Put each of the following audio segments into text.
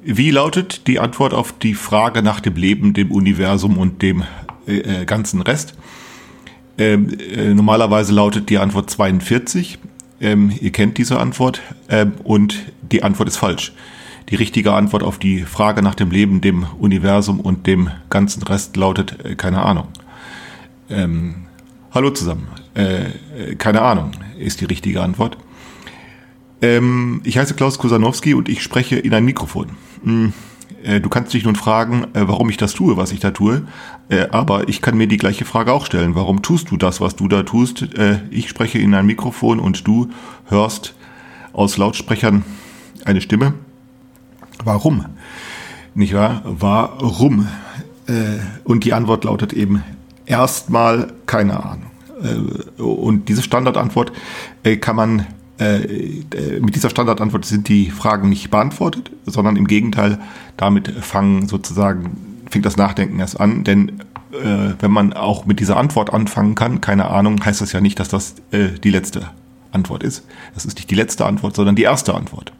Wie lautet die Antwort auf die Frage nach dem Leben, dem Universum und dem ganzen Rest? Normalerweise lautet die Antwort 42. Ihr kennt diese Antwort und die Antwort ist falsch. Die richtige Antwort auf die Frage nach dem Leben, dem Universum und dem ganzen Rest lautet keine Ahnung. Hallo zusammen. Keine Ahnung ist die richtige Antwort. Ich heiße Klaus Kusanowski und ich spreche in ein Mikrofon. Du kannst dich nun fragen, warum ich das tue, was ich da tue, aber ich kann mir die gleiche Frage auch stellen. Warum tust du das, was du da tust? Ich spreche in ein Mikrofon und du hörst aus Lautsprechern eine Stimme. Warum? Nicht wahr? Warum? Und die Antwort lautet eben erstmal keine Ahnung. Und diese Standardantwort kann man mit dieser Standardantwort sind die Fragen nicht beantwortet, sondern im Gegenteil, damit fängt das Nachdenken erst an, denn wenn man auch mit dieser Antwort anfangen kann, keine Ahnung, heißt das ja nicht, dass das die letzte Antwort ist. Das ist nicht die letzte Antwort, sondern die erste Antwort.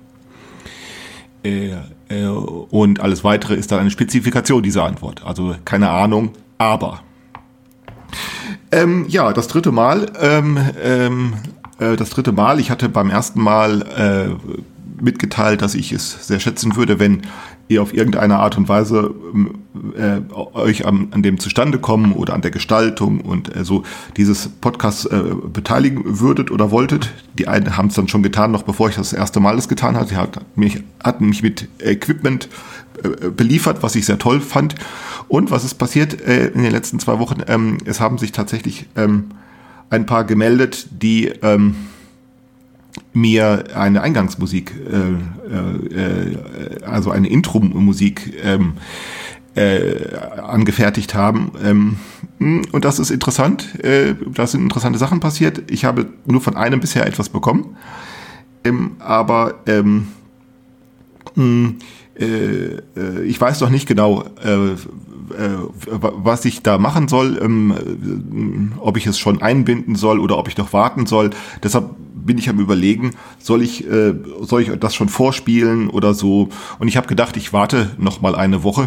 Und alles Weitere ist dann eine Spezifikation dieser Antwort. Also keine Ahnung, aber. Das dritte Mal. Ich hatte beim ersten Mal mitgeteilt, dass ich es sehr schätzen würde, wenn ihr auf irgendeine Art und Weise euch an dem Zustandekommen oder an der Gestaltung und so dieses Podcasts beteiligen würdet oder wolltet. Die einen haben es dann schon getan, noch bevor ich das erste Mal das getan hatte. Sie hatten mich mit Equipment beliefert, was ich sehr toll fand. Und was ist passiert in den letzten 2 Wochen? Es haben sich tatsächlich ein paar gemeldet, die mir eine Eingangsmusik, also eine Intro-Musik angefertigt haben. Und das ist interessant. Da sind interessante Sachen passiert. Ich habe nur von einem bisher etwas bekommen. Ich weiß noch nicht genau, was ich da machen soll, ob ich es schon einbinden soll oder ob ich noch warten soll. Deshalb bin ich am Überlegen, soll ich das schon vorspielen oder so. Und ich habe gedacht, ich warte noch mal eine Woche,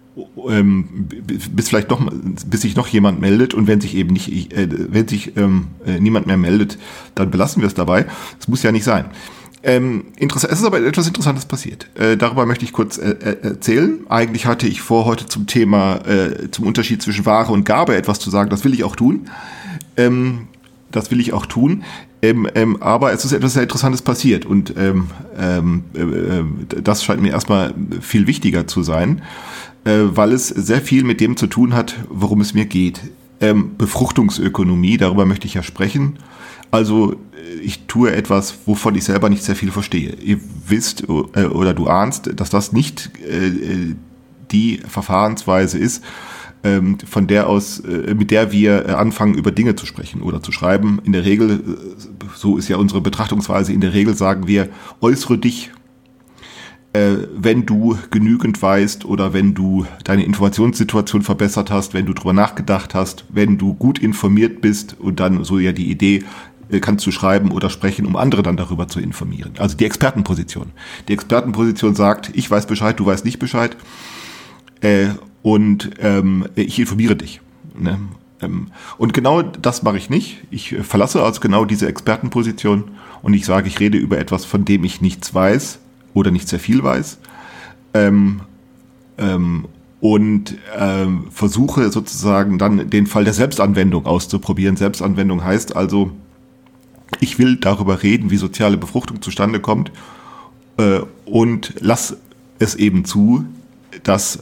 bis sich noch jemand meldet. Und wenn sich eben niemand mehr meldet, dann belassen wir es dabei. Es muss ja nicht sein. Es ist aber etwas Interessantes passiert. Darüber möchte ich kurz erzählen. Eigentlich hatte ich vor, heute zum Thema, zum Unterschied zwischen Ware und Gabe etwas zu sagen. Das will ich auch tun. Aber es ist etwas sehr Interessantes passiert. Und das scheint mir erstmal viel wichtiger zu sein, weil es sehr viel mit dem zu tun hat, worum es mir geht. Befruchtungsökonomie, darüber möchte ich ja sprechen. Also ich tue etwas, wovon ich selber nicht sehr viel verstehe. Ihr wisst oder du ahnst, dass das nicht die Verfahrensweise ist, mit der wir anfangen, über Dinge zu sprechen oder zu schreiben. In der Regel, so ist ja unsere Betrachtungsweise, in der Regel sagen wir, äußere dich, wenn du genügend weißt oder wenn du deine Informationssituation verbessert hast, wenn du drüber nachgedacht hast, wenn du gut informiert bist und dann so ja die Idee, kannst du schreiben oder sprechen, um andere dann darüber zu informieren. Also die Expertenposition. Die Expertenposition sagt, ich weiß Bescheid, du weißt nicht Bescheid und ich informiere dich. Ne? Und genau das mache ich nicht. Ich verlasse also genau diese Expertenposition und ich sage, ich rede über etwas, von dem ich nichts weiß oder nicht sehr viel weiß und versuche sozusagen dann den Fall der Selbstanwendung auszuprobieren. Selbstanwendung heißt also, ich will darüber reden, wie soziale Befruchtung zustande kommt und lass es eben zu, dass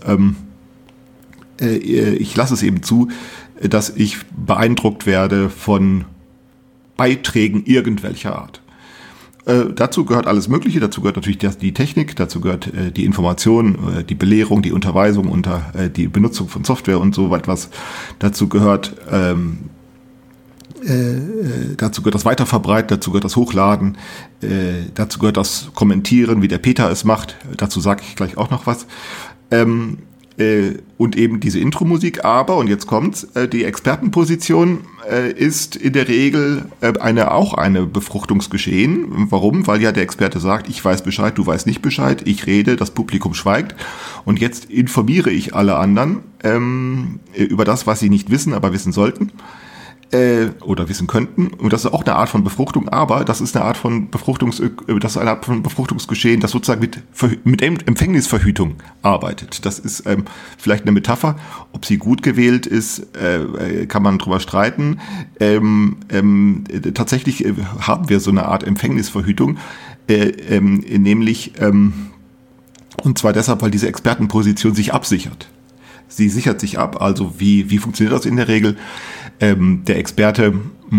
dass ich beeindruckt werde von Beiträgen irgendwelcher Art. Dazu gehört alles Mögliche, dazu gehört natürlich die Technik, dazu gehört die Information, die Belehrung, die Unterweisung und die Benutzung von Software und so etwas. Dazu gehört das Weiterverbreiten, dazu gehört das Hochladen, dazu gehört das Kommentieren, wie der Peter es macht. Dazu sage ich gleich auch noch was. Und eben diese Intro-Musik, aber, und jetzt kommt's, die Expertenposition ist in der Regel auch eine Befruchtungsgeschehen. Warum? Weil ja der Experte sagt, ich weiß Bescheid, du weißt nicht Bescheid, ich rede, das Publikum schweigt und jetzt informiere ich alle anderen über das, was sie nicht wissen, aber wissen sollten. Oder wissen könnten. Und das ist auch eine Art von Befruchtung, aber das ist eine Art von Befruchtungsgeschehen, das sozusagen mit Empfängnisverhütung arbeitet. Das ist vielleicht eine Metapher. Ob sie gut gewählt ist, kann man drüber streiten. Tatsächlich haben wir so eine Art Empfängnisverhütung, nämlich und zwar deshalb, weil diese Expertenposition sich absichert. Sie sichert sich ab. Also wie funktioniert das in der Regel? Der Experte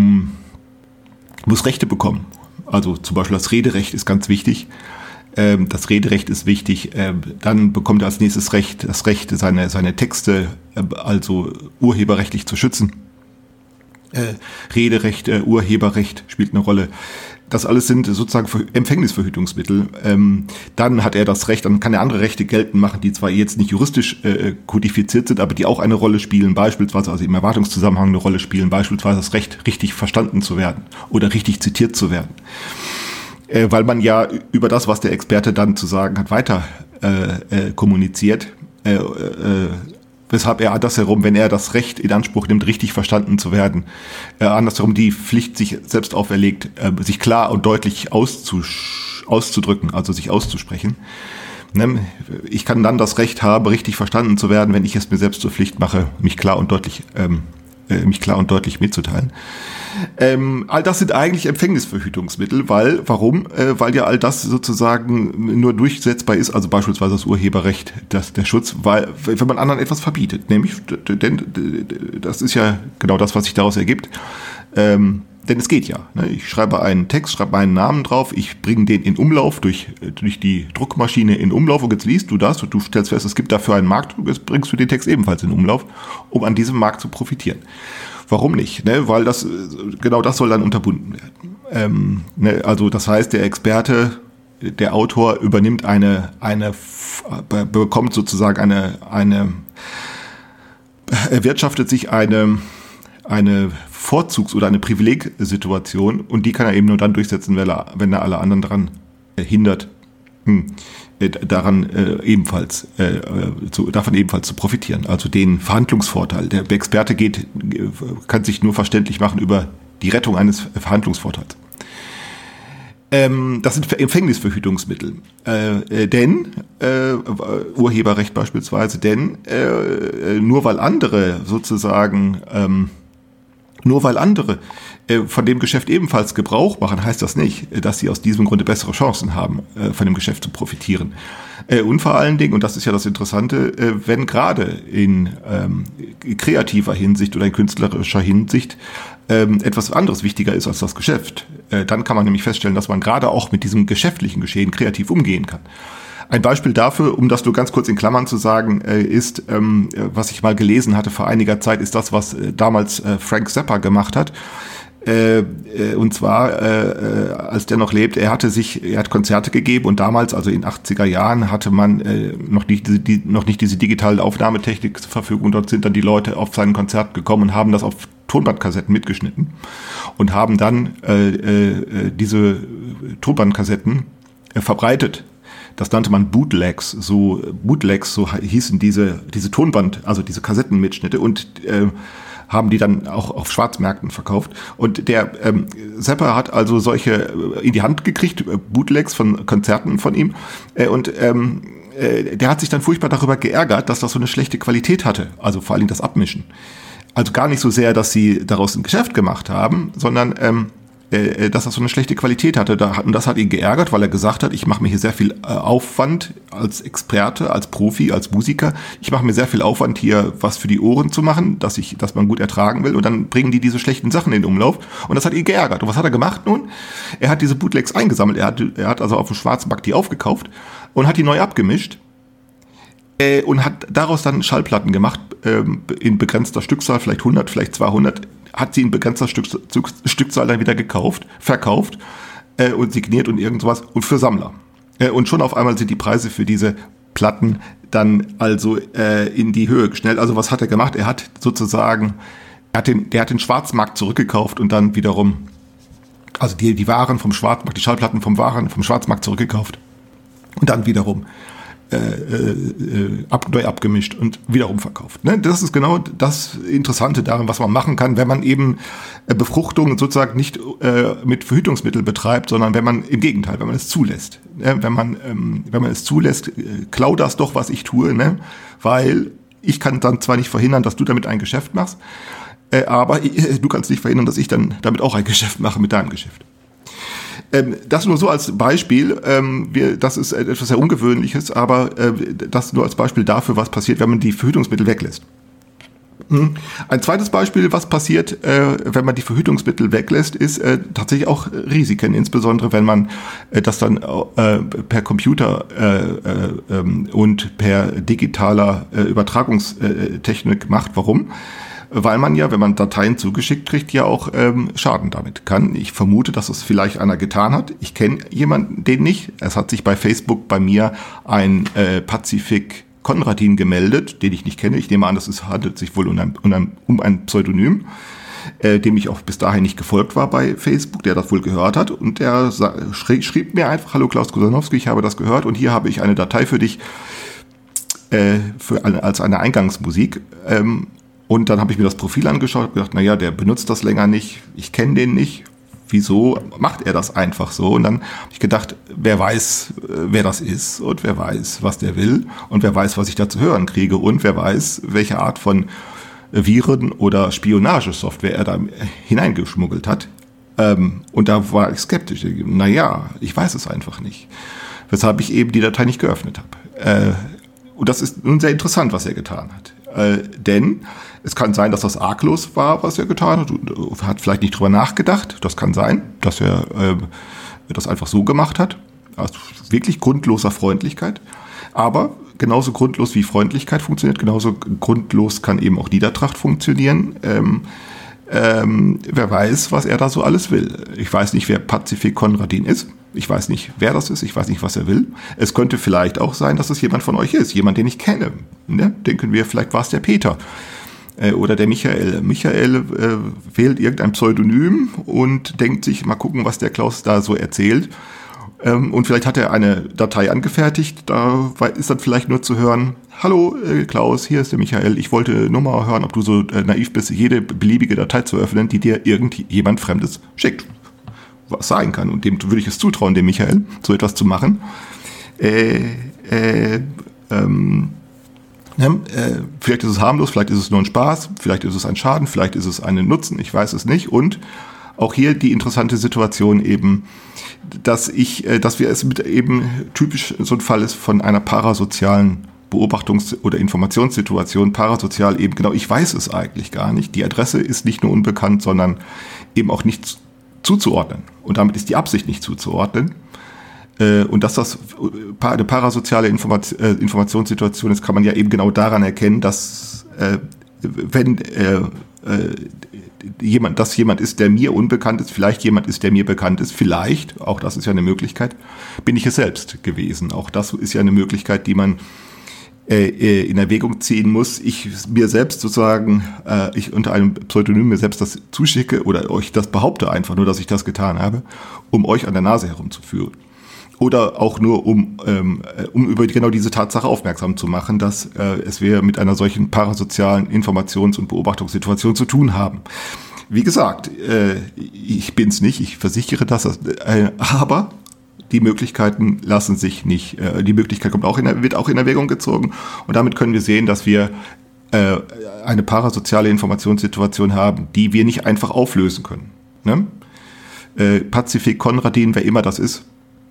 muss Rechte bekommen. Also zum Beispiel das Rederecht ist ganz wichtig. Das Rederecht ist wichtig. Dann bekommt er als nächstes das Recht, seine Texte also urheberrechtlich zu schützen. Rederecht, Urheberrecht spielt eine Rolle. Das alles sind sozusagen Empfängnisverhütungsmittel. Dann hat er das Recht, dann kann er andere Rechte geltend machen, die zwar jetzt nicht juristisch kodifiziert sind, aber die auch eine Rolle spielen, beispielsweise also im Erwartungszusammenhang eine Rolle spielen, beispielsweise das Recht, richtig verstanden zu werden oder richtig zitiert zu werden. Weil man ja über das, was der Experte dann zu sagen hat, weiter kommuniziert, weshalb er andersherum, wenn er das Recht in Anspruch nimmt, richtig verstanden zu werden, andersherum die Pflicht sich selbst auferlegt, sich klar und deutlich auszudrücken, also sich auszusprechen. Ich kann dann das Recht haben, richtig verstanden zu werden, wenn ich es mir selbst zur Pflicht mache, mich klar und deutlich mitzuteilen. All das sind eigentlich Empfängnisverhütungsmittel, warum? Weil ja all das sozusagen nur durchsetzbar ist, also beispielsweise das Urheberrecht, der Schutz, weil wenn man anderen etwas verbietet, nämlich, denn das ist ja genau das, was sich daraus ergibt, denn es geht ja. Ne? Ich schreibe einen Text, schreibe meinen Namen drauf, ich bringe den in Umlauf durch die Druckmaschine in Umlauf und jetzt liest du das und du stellst fest, es gibt dafür einen Markt und jetzt bringst du den Text ebenfalls in Umlauf, um an diesem Markt zu profitieren. Warum nicht? Ne? Weil genau das soll dann unterbunden werden. Also das heißt, der Experte, der Autor übernimmt bekommt sozusagen erwirtschaftet sich eine Vorzugs- oder eine Privilegsituation und die kann er eben nur dann durchsetzen, wenn er alle anderen daran hindert, davon ebenfalls zu profitieren. Also den Verhandlungsvorteil. Der Experte kann sich nur verständlich machen über die Rettung eines Verhandlungsvorteils. Das sind Empfängnisverhütungsmittel. Urheberrecht beispielsweise, nur weil andere von dem Geschäft ebenfalls Gebrauch machen, heißt das nicht, dass sie aus diesem Grunde bessere Chancen haben, von dem Geschäft zu profitieren. Und vor allen Dingen, und das ist ja das Interessante, wenn gerade in kreativer Hinsicht oder in künstlerischer Hinsicht etwas anderes wichtiger ist als das Geschäft, dann kann man nämlich feststellen, dass man gerade auch mit diesem geschäftlichen Geschehen kreativ umgehen kann. Ein Beispiel dafür, um das nur ganz kurz in Klammern zu sagen, ist, was ich mal gelesen hatte vor einiger Zeit, ist das, was damals Frank Zappa gemacht hat. Und zwar, als der noch lebt, er hat Konzerte gegeben und damals, also in 80er Jahren, hatte man noch nicht diese digitale Aufnahmetechnik zur Verfügung. Dort sind dann die Leute auf sein Konzert gekommen und haben das auf Tonbandkassetten mitgeschnitten und haben dann diese Tonbandkassetten verbreitet. Das nannte man Bootlegs, so hießen diese Tonband, also diese Kassettenmitschnitte und haben die dann auch auf Schwarzmärkten verkauft. Und der Zappa hat also solche in die Hand gekriegt, Bootlegs von Konzerten von ihm. Der hat sich dann furchtbar darüber geärgert, dass das so eine schlechte Qualität hatte. Also vor allem das Abmischen. Also gar nicht so sehr, dass sie daraus ein Geschäft gemacht haben, sondern dass das so eine schlechte Qualität hatte. Und das hat ihn geärgert, weil er gesagt hat, ich mache mir hier sehr viel Aufwand als Experte, als Profi, als Musiker. Ich mache mir sehr viel Aufwand, hier was für die Ohren zu machen, dass man gut ertragen will. Und dann bringen die diese schlechten Sachen in den Umlauf. Und das hat ihn geärgert. Und was hat er gemacht nun? Er hat diese Bootlegs eingesammelt. Er hat also auf dem Schwarzmarkt die aufgekauft und hat die neu abgemischt. Und hat daraus dann Schallplatten gemacht, in begrenzter Stückzahl, vielleicht 100, vielleicht 200, hat sie in begrenzter Stückzahl dann wieder verkauft und signiert und irgendwas und für Sammler. Und schon auf einmal sind die Preise für diese Platten dann also in die Höhe geschnellt. Also was hat er gemacht? Er hat sozusagen, der hat den Schwarzmarkt zurückgekauft und dann wiederum, also die Waren vom Schwarzmarkt, die Schallplatten vom Schwarzmarkt zurückgekauft und dann wiederum neu abgemischt und wiederum verkauft. Ne? Das ist genau das Interessante daran, was man machen kann, wenn man eben Befruchtung sozusagen nicht mit Verhütungsmitteln betreibt, sondern wenn man im Gegenteil, wenn man es zulässt. Wenn man es zulässt, klau das doch, was ich tue, ne? Weil ich kann dann zwar nicht verhindern, dass du damit ein Geschäft machst, aber du kannst nicht verhindern, dass ich dann damit auch ein Geschäft mache mit deinem Geschäft. Das nur so als Beispiel, das ist etwas sehr Ungewöhnliches, aber das nur als Beispiel dafür, was passiert, wenn man die Verhütungsmittel weglässt. Ein zweites Beispiel, was passiert, wenn man die Verhütungsmittel weglässt, ist tatsächlich auch Risiken, insbesondere wenn man das dann per Computer und per digitaler Übertragungstechnik macht. Warum? Weil man ja, wenn man Dateien zugeschickt kriegt, ja auch Schaden damit kann. Ich vermute, dass es vielleicht einer getan hat. Ich kenne jemanden, den nicht. Es hat sich bei Facebook bei mir ein Pazifik Konradin gemeldet, den ich nicht kenne. Ich nehme an, handelt sich wohl um ein Pseudonym, dem ich auch bis dahin nicht gefolgt war bei Facebook, der das wohl gehört hat. Und der schrieb mir einfach: Hallo Klaus Kusanowski, ich habe das gehört und hier habe ich eine Datei für dich als eine Eingangsmusik. Und dann habe ich mir das Profil angeschaut und gedacht, naja, der benutzt das länger nicht, ich kenne den nicht, wieso macht er das einfach so? Und dann habe ich gedacht, wer weiß, wer das ist und wer weiß, was der will und wer weiß, was ich da zu hören kriege und wer weiß, welche Art von Viren oder Spionagesoftware er da hineingeschmuggelt hat. Und da war ich skeptisch. Naja, ich weiß es einfach nicht. Weshalb ich eben die Datei nicht geöffnet habe. Und das ist nun sehr interessant, was er getan hat. Denn es kann sein, dass das arglos war, was er getan hat. Hat vielleicht nicht drüber nachgedacht. Das kann sein, dass er das einfach so gemacht hat. Also wirklich grundloser Freundlichkeit. Aber genauso grundlos wie Freundlichkeit funktioniert, genauso grundlos kann eben auch Niedertracht funktionieren. Wer weiß, was er da so alles will. Ich weiß nicht, wer Pazifik Konradin ist. Ich weiß nicht, wer das ist. Ich weiß nicht, was er will. Es könnte vielleicht auch sein, dass es jemand von euch ist. Jemand, den ich kenne. Ne? Denken wir, vielleicht war es der Peter. Oder der Michael. Michael wählt irgendein Pseudonym und denkt sich, mal gucken, was der Klaus da so erzählt. Und vielleicht hat er eine Datei angefertigt. Da ist dann vielleicht nur zu hören: Hallo Klaus, hier ist der Michael. Ich wollte nur mal hören, ob du so naiv bist, jede beliebige Datei zu öffnen, die dir irgendjemand Fremdes schickt. Was sein kann. Und dem würde ich es zutrauen, dem Michael, so etwas zu machen. Vielleicht ist es harmlos, vielleicht ist es nur ein Spaß, vielleicht ist es ein Schaden, vielleicht ist es ein Nutzen, ich weiß es nicht. Und auch hier die interessante Situation eben, dass wir es mit eben typisch so ein Fall ist von einer parasozialen Beobachtungs- oder Informationssituation, parasozial eben, genau, ich weiß es eigentlich gar nicht. Die Adresse ist nicht nur unbekannt, sondern eben auch nicht zuzuordnen. Und damit ist die Absicht nicht zuzuordnen. Und dass das eine parasoziale Informationssituation ist, kann man ja eben genau daran erkennen, dass wenn jemand ist, der mir unbekannt ist, vielleicht jemand ist, der mir bekannt ist, vielleicht, auch das ist ja eine Möglichkeit, bin ich es selbst gewesen. Auch das ist ja eine Möglichkeit, die man in Erwägung ziehen muss. Ich mir selbst sozusagen, ich unter einem Pseudonym mir selbst das zuschicke oder euch das behaupte einfach nur, dass ich das getan habe, um euch an der Nase herumzuführen. Oder auch nur, um über genau diese Tatsache aufmerksam zu machen, dass wir mit einer solchen parasozialen Informations- und Beobachtungssituation zu tun haben. Wie gesagt, ich bin's nicht, ich versichere das, aber die Möglichkeiten lassen sich nicht, die Möglichkeit wird auch in Erwägung gezogen. Und damit können wir sehen, dass wir eine parasoziale Informationssituation haben, die wir nicht einfach auflösen können. Ne? Pazifik Konradin, wer immer das ist,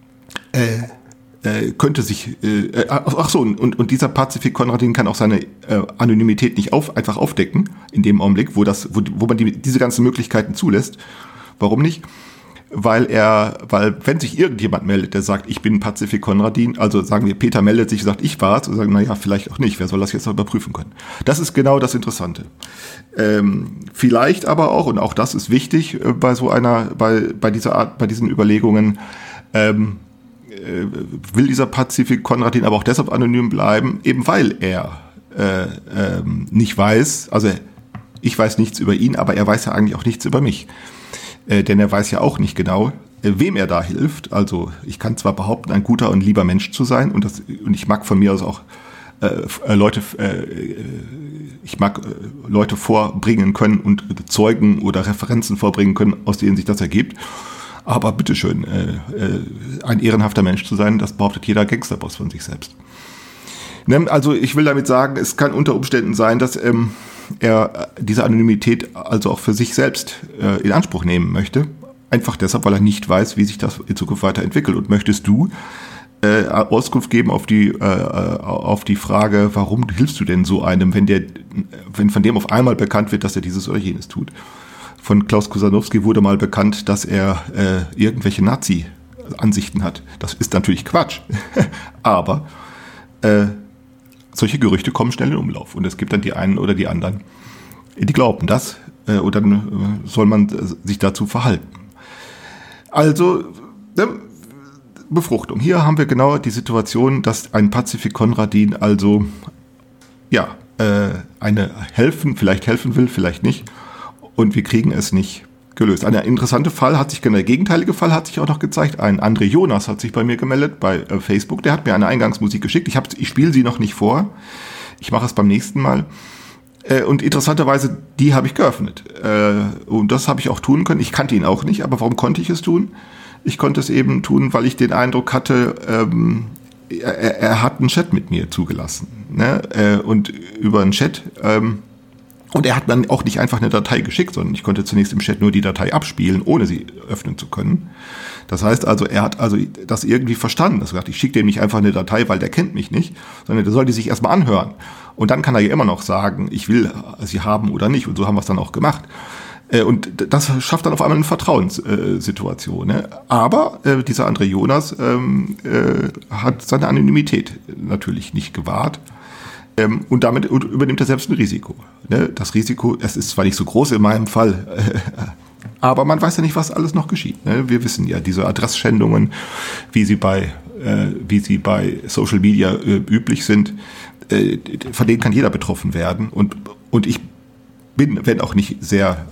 könnte sich, und dieser Pazifik Konradin kann auch seine Anonymität nicht einfach aufdecken, in dem Augenblick, wo man diese ganzen Möglichkeiten zulässt. Warum nicht? Weil wenn sich irgendjemand meldet, der sagt, ich bin Pazifik Konradin, also sagen wir, Peter meldet sich und sagt, ich war's, und sagen, naja, vielleicht auch nicht, wer soll das jetzt noch überprüfen können? Das ist genau das Interessante. Vielleicht aber auch, und auch das ist wichtig bei diesen Überlegungen, will dieser Pazifik Konradin aber auch deshalb anonym bleiben, eben weil er nicht weiß, also ich weiß nichts über ihn, aber er weiß ja eigentlich auch nichts über mich. Denn er weiß ja auch nicht genau, wem er da hilft. Also ich kann zwar behaupten, ein guter und lieber Mensch zu sein und ich mag von mir aus auch Leute vorbringen können und Zeugen oder Referenzen vorbringen können, aus denen sich das ergibt. Aber bitteschön, ein ehrenhafter Mensch zu sein, das behauptet jeder Gangsterboss von sich selbst. Also ich will damit sagen, es kann unter Umständen sein, dass er diese Anonymität also auch für sich selbst in Anspruch nehmen möchte. Einfach deshalb, weil er nicht weiß, wie sich das in Zukunft weiterentwickelt. Und möchtest du Auskunft geben auf die Frage, warum hilfst du denn so einem, wenn von dem auf einmal bekannt wird, dass er dieses oder jenes tut? Von Klaus Kusanowski wurde mal bekannt, dass er irgendwelche Nazi-Ansichten hat. Das ist natürlich Quatsch. Aber solche Gerüchte kommen schnell in Umlauf. Und es gibt dann die einen oder die anderen, die glauben das. Und dann soll man sich dazu verhalten. Also, Befruchtung. Hier haben wir genau die Situation, dass ein Pazifik Konradin also vielleicht helfen will, vielleicht nicht. Und wir kriegen es nicht gelöst. Ein interessanter Fall der gegenteilige Fall hat sich auch noch gezeigt. Ein André Jonas hat sich bei mir gemeldet bei Facebook. Der hat mir eine Eingangsmusik geschickt. Ich spiele sie noch nicht vor. Ich mache es beim nächsten Mal. Und interessanterweise, die habe ich geöffnet. Und das habe ich auch tun können. Ich kannte ihn auch nicht, aber warum konnte ich es tun? Ich konnte es eben tun, weil ich den Eindruck hatte, er hat einen Chat mit mir zugelassen. Ne? Und über einen Chat... Und er hat dann auch nicht einfach eine Datei geschickt, sondern ich konnte zunächst im Chat nur die Datei abspielen, ohne sie öffnen zu können. Das heißt also, er hat also das irgendwie verstanden. Das heißt, ich schicke dem nicht einfach eine Datei, weil der kennt mich nicht, sondern der soll die sich erstmal anhören. Und dann kann er ja immer noch sagen, ich will sie haben oder nicht. Und so haben wir es dann auch gemacht. Und das schafft dann auf einmal eine Vertrauenssituation. Ne? Aber dieser André Jonas hat seine Anonymität natürlich nicht gewahrt. Und damit übernimmt er selbst ein Risiko. Das Risiko, es ist zwar nicht so groß in meinem Fall, aber man weiß ja nicht, was alles noch geschieht. Wir wissen ja, diese Adressschändungen, wie sie bei Social Media üblich sind, von denen kann jeder betroffen werden. Und ich bin, wenn auch nicht sehr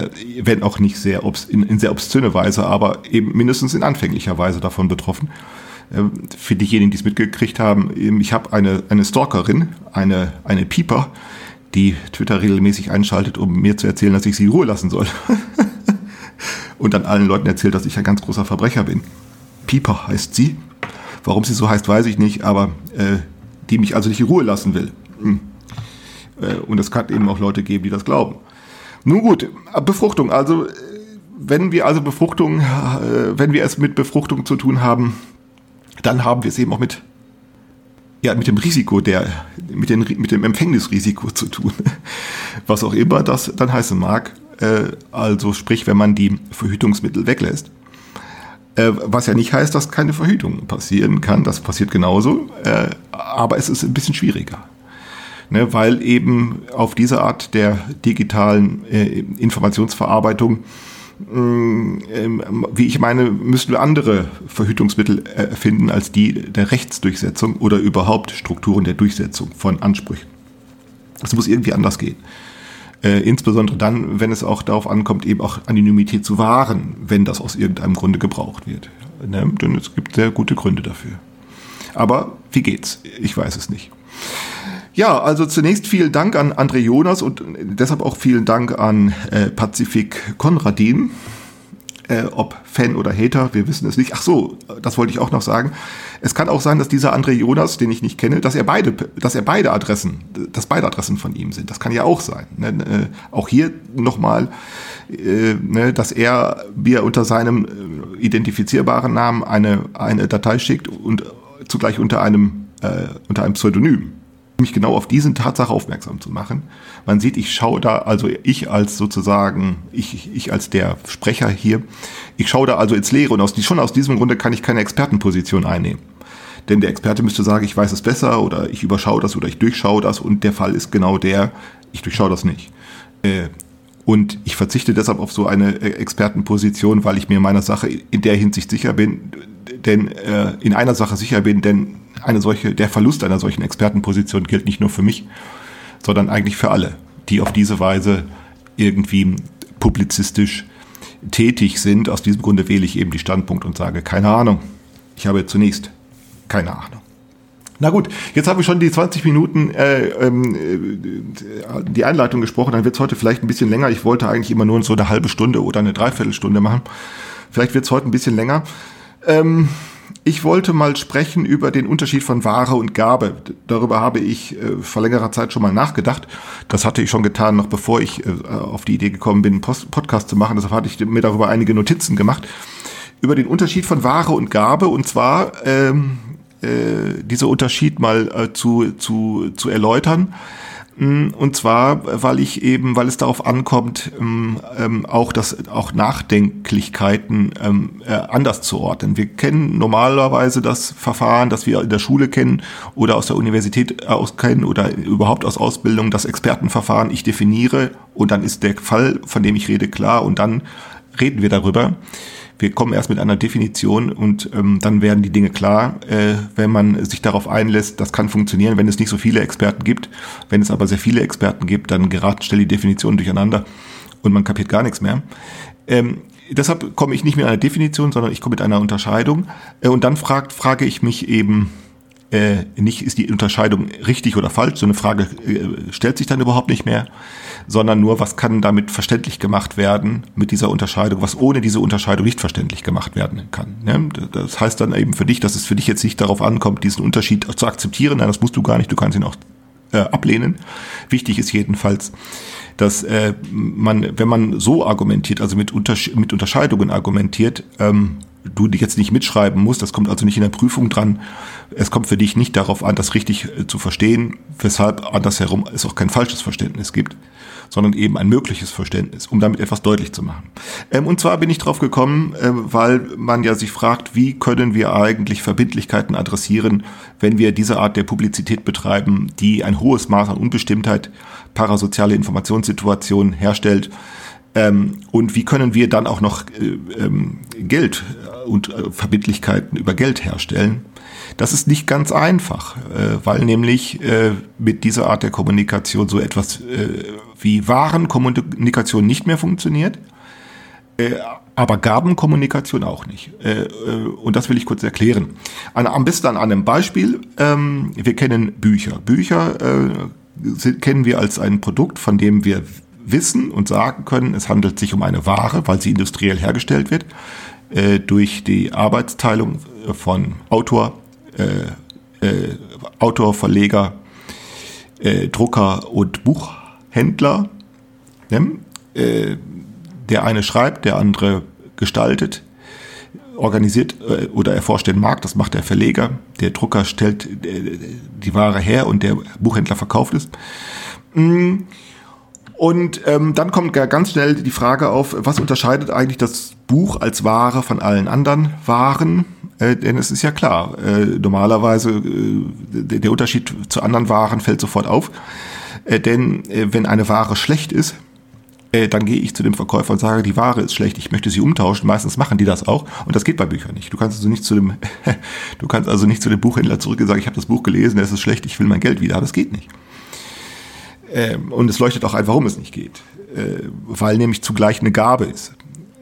in sehr obszöne Weise, aber eben mindestens in anfänglicher Weise davon betroffen. Für diejenigen, die es mitgekriegt haben, ich habe eine Stalkerin, eine Pieper, die Twitter regelmäßig einschaltet, um mir zu erzählen, dass ich sie in Ruhe lassen soll. Und dann allen Leuten erzählt, dass ich ein ganz großer Verbrecher bin. Pieper heißt sie. Warum sie so heißt, weiß ich nicht, aber die mich also nicht in Ruhe lassen will. Und es kann eben auch Leute geben, die das glauben. Nun gut, Befruchtung. Also wenn wir es mit Befruchtung zu tun haben, dann haben wir es eben auch mit dem Risiko, mit dem Empfängnisrisiko zu tun. Was auch immer das dann heißen mag. Also sprich, wenn man die Verhütungsmittel weglässt. Was ja nicht heißt, dass keine Verhütung passieren kann. Das passiert genauso. Aber es ist ein bisschen schwieriger. Ne, weil eben auf diese Art der digitalen Informationsverarbeitung wie ich meine, müssten wir andere Verhütungsmittel erfinden als die der Rechtsdurchsetzung oder überhaupt Strukturen der Durchsetzung von Ansprüchen. Das muss irgendwie anders gehen. Insbesondere dann, wenn es auch darauf ankommt, eben auch Anonymität zu wahren, wenn das aus irgendeinem Grunde gebraucht wird. Ne? Denn es gibt sehr gute Gründe dafür. Aber wie geht's? Ich weiß es nicht. Ja, also zunächst vielen Dank an André Jonas und deshalb auch vielen Dank an Pazifik Konradin. Ob Fan oder Hater, wir wissen es nicht. Ach so, das wollte ich auch noch sagen. Es kann auch sein, dass dieser André Jonas, den ich nicht kenne, dass beide Adressen von ihm sind. Das kann ja auch sein. Ne? Auch hier nochmal, dass er mir unter seinem identifizierbaren Namen eine Datei schickt und zugleich unter einem Pseudonym. Mich genau auf diese Tatsache aufmerksam zu machen. Man sieht, ich als der Sprecher hier, ich schaue da also ins Leere und schon aus diesem Grunde kann ich keine Expertenposition einnehmen. Denn der Experte müsste sagen, ich weiß es besser oder ich überschaue das oder ich durchschaue das und der Fall ist genau ich durchschaue das nicht. Und ich verzichte deshalb auf so eine Expertenposition, weil ich mir meiner Sache in der Hinsicht sicher bin, denn der Verlust einer solchen Expertenposition gilt nicht nur für mich, sondern eigentlich für alle, die auf diese Weise irgendwie publizistisch tätig sind. Aus diesem Grunde wähle ich eben die Standpunkt und sage, keine Ahnung. Ich habe zunächst keine Ahnung. Na gut, jetzt habe ich schon die 20 Minuten die Einleitung gesprochen, dann wird es heute vielleicht ein bisschen länger. Ich wollte eigentlich immer nur so eine halbe Stunde oder eine Dreiviertelstunde machen. Vielleicht wird es heute ein bisschen länger. Ich wollte mal sprechen über den Unterschied von Ware und Gabe. Darüber habe ich vor längerer Zeit schon mal nachgedacht. Das hatte ich schon getan, noch bevor ich auf die Idee gekommen bin, einen Podcast zu machen. Deshalb hatte ich mir darüber einige Notizen gemacht. Über den Unterschied von Ware und Gabe, und zwar dieser Unterschied mal zu erläutern. Und zwar, weil es darauf ankommt, auch Nachdenklichkeiten anders zu ordnen. Wir kennen normalerweise das Verfahren, das wir in der Schule kennen oder aus der Universität kennen oder überhaupt aus Ausbildung, das Expertenverfahren. Ich definiere und dann ist der Fall, von dem ich rede, klar und dann reden wir darüber. Wir kommen erst mit einer Definition und dann werden die Dinge klar, wenn man sich darauf einlässt. Das kann funktionieren, wenn es nicht so viele Experten gibt. Wenn es aber sehr viele Experten gibt, dann geraten schnell die Definitionen durcheinander und man kapiert gar nichts mehr. Deshalb komme ich nicht mit einer Definition, sondern ich komme mit einer Unterscheidung. Und dann frage ich mich eben, nicht ist die Unterscheidung richtig oder falsch, so eine Frage stellt sich dann überhaupt nicht mehr, sondern nur, was kann damit verständlich gemacht werden mit dieser Unterscheidung, was ohne diese Unterscheidung nicht verständlich gemacht werden kann. Ne? Das heißt dann eben für dich, dass es für dich jetzt nicht darauf ankommt, diesen Unterschied zu akzeptieren, nein, das musst du gar nicht, du kannst ihn auch ablehnen. Wichtig ist jedenfalls, dass wenn man so argumentiert, also mit Unterscheidungen argumentiert, du jetzt nicht mitschreiben musst, das kommt also nicht in der Prüfung dran. Es kommt für dich nicht darauf an, das richtig zu verstehen, weshalb andersherum es auch kein falsches Verständnis gibt, sondern eben ein mögliches Verständnis, um damit etwas deutlich zu machen. Und zwar bin ich drauf gekommen, weil man ja sich fragt, wie können wir eigentlich Verbindlichkeiten adressieren, wenn wir diese Art der Publizität betreiben, die ein hohes Maß an Unbestimmtheit, parasoziale Informationssituationen herstellt. Und wie können wir dann auch noch Geld und Verbindlichkeiten über Geld herstellen? Das ist nicht ganz einfach, weil nämlich mit dieser Art der Kommunikation so etwas wie Warenkommunikation nicht mehr funktioniert, aber Gabenkommunikation auch nicht. Und das will ich kurz erklären. Am besten an einem Beispiel. Wir kennen Bücher. Bücher kennen wir als ein Produkt, von dem wir wissen und sagen können, es handelt sich um eine Ware, weil sie industriell hergestellt wird, durch die Arbeitsteilung von Autor, Verleger, Drucker und Buchhändler. Der eine schreibt, der andere gestaltet, organisiert oder erforscht den Markt, das macht der Verleger, der Drucker stellt die Ware her und der Buchhändler verkauft es. Und dann kommt ganz schnell die Frage auf, was unterscheidet eigentlich das Buch als Ware von allen anderen Waren? Denn es ist ja klar, normalerweise der Unterschied zu anderen Waren fällt sofort auf. Denn wenn eine Ware schlecht ist, dann gehe ich zu dem Verkäufer und sage, die Ware ist schlecht, ich möchte sie umtauschen. Meistens machen die das auch und das geht bei Büchern nicht. Du kannst also nicht zu dem Buchhändler zurückgehen und sagen, ich habe das Buch gelesen, es ist schlecht, ich will mein Geld wieder. Das geht nicht. Und es leuchtet auch ein, warum es nicht geht. Weil nämlich zugleich eine Gabe ist.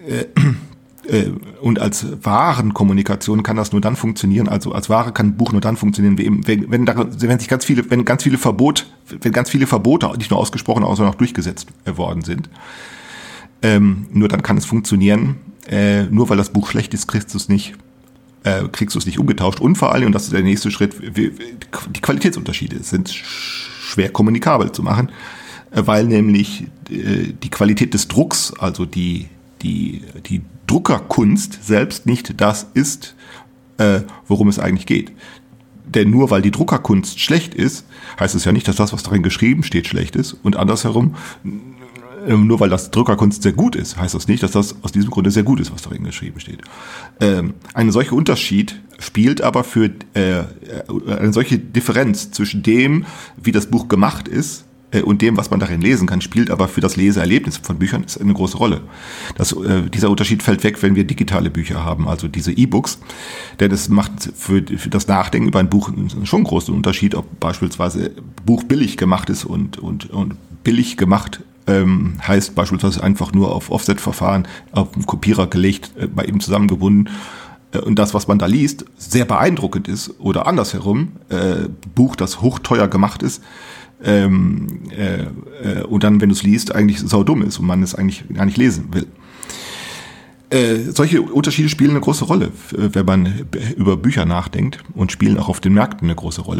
Und als Warenkommunikation kann das nur dann funktionieren, also als Ware kann ein Buch nur dann funktionieren, wenn ganz viele Verbote nicht nur ausgesprochen, sondern auch durchgesetzt worden sind. Nur dann kann es funktionieren. Nur weil das Buch schlecht ist, kriegst du es nicht umgetauscht. Und vor allem, und das ist der nächste Schritt, die Qualitätsunterschiede sind schwer kommunikabel zu machen, weil nämlich die Qualität des Drucks, also die Druckerkunst selbst nicht das ist, worum es eigentlich geht. Denn nur weil die Druckerkunst schlecht ist, heißt es ja nicht, dass das, was darin geschrieben steht, schlecht ist. Und andersherum, nur weil das Druckerkunst sehr gut ist, heißt das nicht, dass das aus diesem Grunde sehr gut ist, was darin geschrieben steht. Ein solcher Unterschied spielt aber für eine solche Differenz zwischen dem, wie das Buch gemacht ist, und dem, was man darin lesen kann, spielt aber für das Leseerlebnis von Büchern ist eine große Rolle. Dieser Unterschied fällt weg, wenn wir digitale Bücher haben, also diese E-Books. Denn es macht für das Nachdenken über ein Buch schon einen großen Unterschied, ob beispielsweise Buch billig gemacht ist und billig gemacht heißt beispielsweise einfach nur auf Offset-Verfahren, auf einen Kopierer gelegt, bei ihm zusammengebunden. Und das, was man da liest, sehr beeindruckend ist. Oder andersherum, Buch, das hochteuer gemacht ist, und dann, wenn du es liest, eigentlich saudumm ist und man es eigentlich gar nicht lesen will. Solche Unterschiede spielen eine große Rolle, wenn man über Bücher nachdenkt, und spielen auch auf den Märkten eine große Rolle.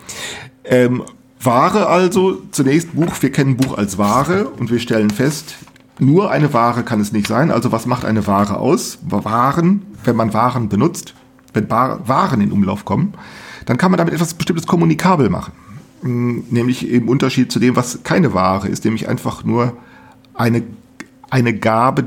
Ware also, zunächst Buch, wir kennen Buch als Ware und wir stellen fest, nur eine Ware kann es nicht sein. Also was macht eine Ware aus? Waren, wenn man Waren benutzt, wenn Waren in Umlauf kommen, dann kann man damit etwas Bestimmtes kommunikabel machen. Nämlich im Unterschied zu dem, was keine Ware ist, nämlich einfach nur eine Gabe,